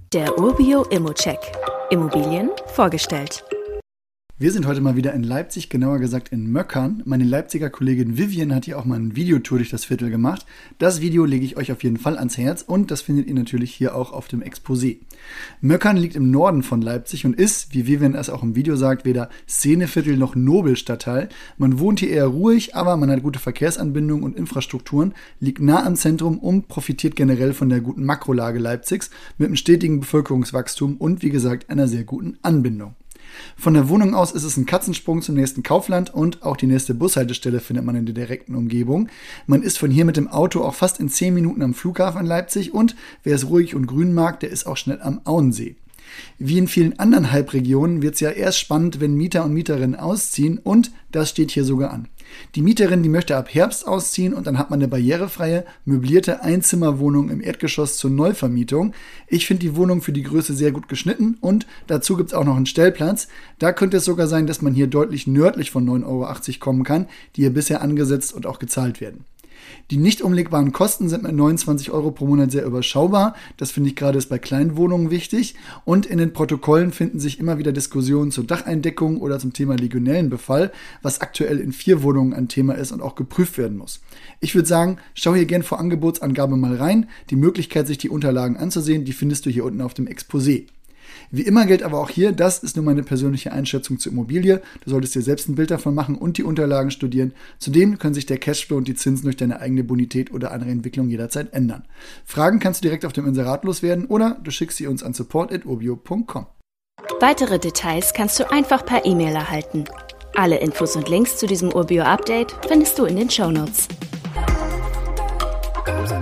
Der Urbio Immocheck. Immobilien vorgestellt. Wir sind heute mal wieder in Leipzig, genauer gesagt in Möckern. Meine Leipziger Kollegin Vivian hat hier auch mal eine Videotour durch das Viertel gemacht. Das Video lege ich euch auf jeden Fall ans Herz und das findet ihr natürlich hier auch auf dem Exposé. Möckern liegt im Norden von Leipzig und ist, wie Vivian es auch im Video sagt, weder Szeneviertel noch Nobelstadtteil. Man wohnt hier eher ruhig, aber man hat gute Verkehrsanbindungen und Infrastrukturen, liegt nah am Zentrum und profitiert generell von der guten Makrolage Leipzigs mit einem stetigen Bevölkerungswachstum und wie gesagt einer sehr guten Anbindung. Von der Wohnung aus ist es ein Katzensprung zum nächsten Kaufland und auch die nächste Bushaltestelle findet man in der direkten Umgebung. Man ist von hier mit dem Auto auch fast in 10 Minuten am Flughafen in Leipzig und wer es ruhig und grün mag, der ist auch schnell am Auensee. Wie in vielen anderen Halbregionen wird es ja erst spannend, wenn Mieter und Mieterinnen ausziehen und das steht hier sogar an. Die Mieterin, die möchte ab Herbst ausziehen und dann hat man eine barrierefreie, möblierte Einzimmerwohnung im Erdgeschoss zur Neuvermietung. Ich finde die Wohnung für die Größe sehr gut geschnitten und dazu gibt es auch noch einen Stellplatz. Da könnte es sogar sein, dass man hier deutlich nördlich von 9,80 € kommen kann, die hier bisher angesetzt und auch gezahlt werden. Die nicht umlegbaren Kosten sind mit 29 € pro Monat sehr überschaubar. Das finde ich gerade ist bei kleinen Wohnungen wichtig. Und in den Protokollen finden sich immer wieder Diskussionen zur Dacheindeckung oder zum Thema Legionellenbefall, was aktuell in 4 Wohnungen ein Thema ist und auch geprüft werden muss. Ich würde sagen, schau hier gern vor Angebotsangabe mal rein. Die Möglichkeit, sich die Unterlagen anzusehen, die findest du hier unten auf dem Exposé. Wie immer gilt aber auch hier, das ist nur meine persönliche Einschätzung zur Immobilie. Du solltest dir selbst ein Bild davon machen und die Unterlagen studieren. Zudem können sich der Cashflow und die Zinsen durch deine eigene Bonität oder andere Entwicklung jederzeit ändern. Fragen kannst du direkt auf dem Inserat loswerden oder du schickst sie uns an support@urbio.com. Weitere Details kannst du einfach per E-Mail erhalten. Alle Infos und Links zu diesem Urbio-Update findest du in den Shownotes.